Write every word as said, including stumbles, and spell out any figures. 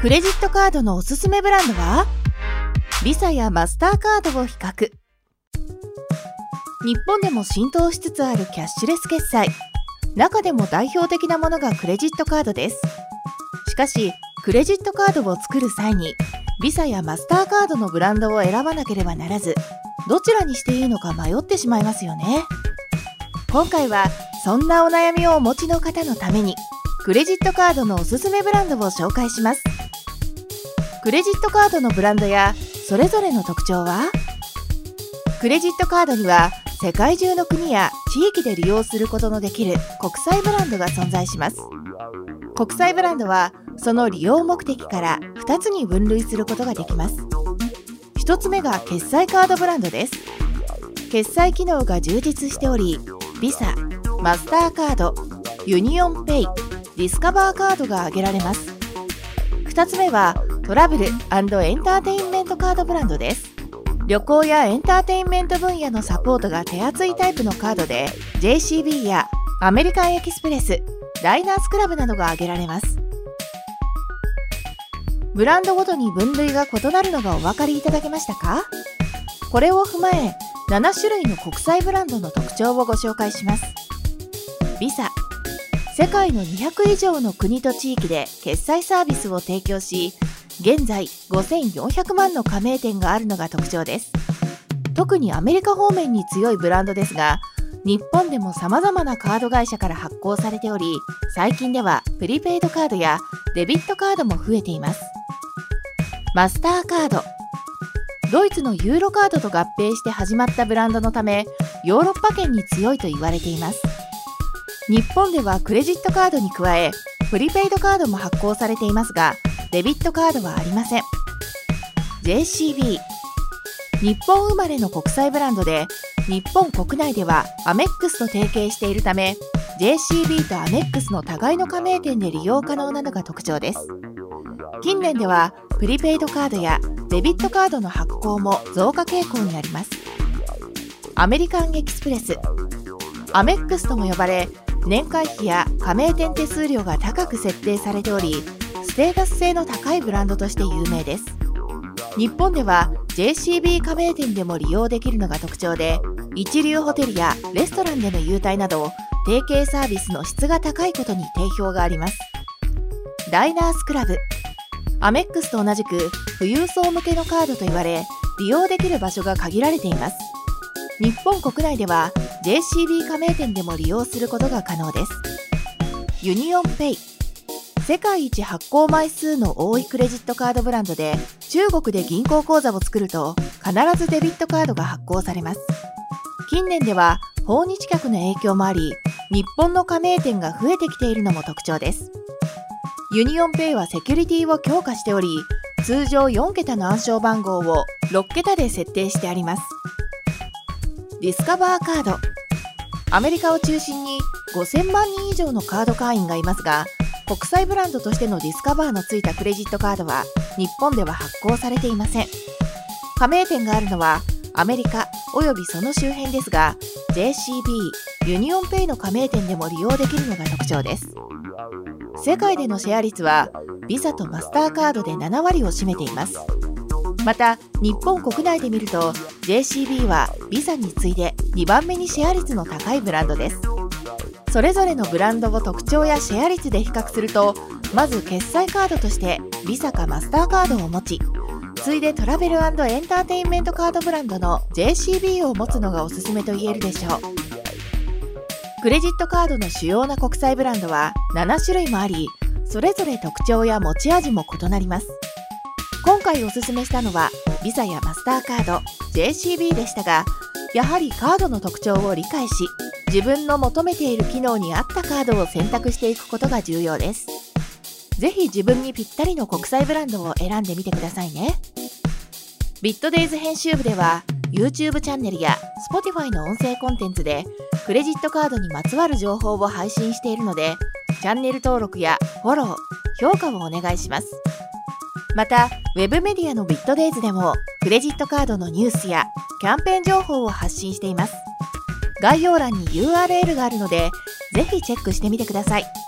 クレジットカードのおすすめブランドはビザやマスターカードを比較。日本でも浸透しつつあるキャッシュレス決済。中でも代表的なものがクレジットカードです。しかし、クレジットカードを作る際にビザやマスターカードのブランドを選ばなければならず、どちらにしていいのか迷ってしまいますよね。今回はそんなお悩みをお持ちの方のためにクレジットカードのおすすめブランドを紹介します。クレジットカードのブランドやそれぞれの特徴は？クレジットカードには世界中の国や地域で利用することのできる国際ブランドが存在します。国際ブランドはその利用目的からふたつに分類することができます。ひとつめが決済カードブランドです。決済機能が充実しており、ビザ、マスターカード、ユニオンペイ、ディスカバーカードが挙げられます。ふたつめはトラベル&エンターテインメントカードブランドです。旅行やエンターテインメント分野のサポートが手厚いタイプのカードで ジェイシービー やアメリカンエキスプレス、ダイナースクラブなどが挙げられます。ブランドごとに分類が異なるのがお分かりいただけましたか？これを踏まえなな種類の国際ブランドの特徴をご紹介します。ビザ、世界のにひゃく以上の国と地域で決済サービスを提供し、現在ごせんよんひゃくまんの加盟店があるのが特徴です。特にアメリカ方面に強いブランドですが、日本でも様々なカード会社から発行されており、最近ではプリペイドカードやデビットカードも増えています。マスターカード、ドイツのユーロカードと合併して始まったブランドのため、ヨーロッパ圏に強いと言われています。日本ではクレジットカードに加え、プリペイドカードも発行されていますが、デビットカードはありません。ジェイシービー、日本生まれの国際ブランドで、日本国内ではアメックスと提携しているため、ジェイシービー とアメックスの互いの加盟店で利用可能なのが特徴です。近年ではプリペイドカードやデビットカードの発行も増加傾向にあります。アメリカンエキスプレス、アメックスとも呼ばれ、年会費や加盟店手数料が高く設定されており、ステータス性の高いブランドとして有名です。日本では ジェイシービー 加盟店でも利用できるのが特徴で、一流ホテルやレストランでの優待など提携サービスの質が高いことに定評があります。ダイナースクラブ、アメックスと同じく富裕層向けのカードと言われ、利用できる場所が限られています。日本国内では ジェイシービー 加盟店でも利用することが可能です。ユニオンペイ、世界一発行枚数の多いクレジットカードブランドで、中国で銀行口座を作ると必ずデビットカードが発行されます。近年では訪日客の影響もあり、日本の加盟店が増えてきているのも特徴です。ユニオンペイはセキュリティを強化しており、通常よんけたの暗証番号をろっけたで設定してあります。ディスカバーカード、アメリカを中心にごせんまんにん以上のカード会員がいますが、国際ブランドとしてのディスカバーのついたクレジットカードは日本では発行されていません。加盟店があるのはアメリカおよびその周辺ですが、 ジェイシービー、ユニオンペイの加盟店でも利用できるのが特徴です。世界でのシェア率はビザとマスターカードでななわりを占めています。また日本国内で見ると ジェイシービー はビザに次いでにばんめにシェア率の高いブランドです。それぞれのブランドを特徴やシェア率で比較すると、まず決済カードとしてビザかマスターカードを持ち、次いでトラベル&エンターテインメントカードブランドの ジェイシービー を持つのがおすすめと言えるでしょう。クレジットカードの主要な国際ブランドはなな種類もあり、それぞれ特徴や持ち味も異なります。今回おすすめしたのはビザやマスターカード、ジェイシービー でしたが、やはりカードの特徴を理解し、自分の求めている機能に合ったカードを選択していくことが重要です。ぜひ自分にぴったりの国際ブランドを選んでみてくださいね。ビットデイズ編集部では YouTube チャンネルや Spotify の音声コンテンツでクレジットカードにまつわる情報を配信しているので、チャンネル登録やフォロー、評価をお願いします。また、ウェブメディアのビットデイズでもクレジットカードのニュースやキャンペーン情報を発信しています。概要欄に ユーアールエル があるので、ぜひチェックしてみてください。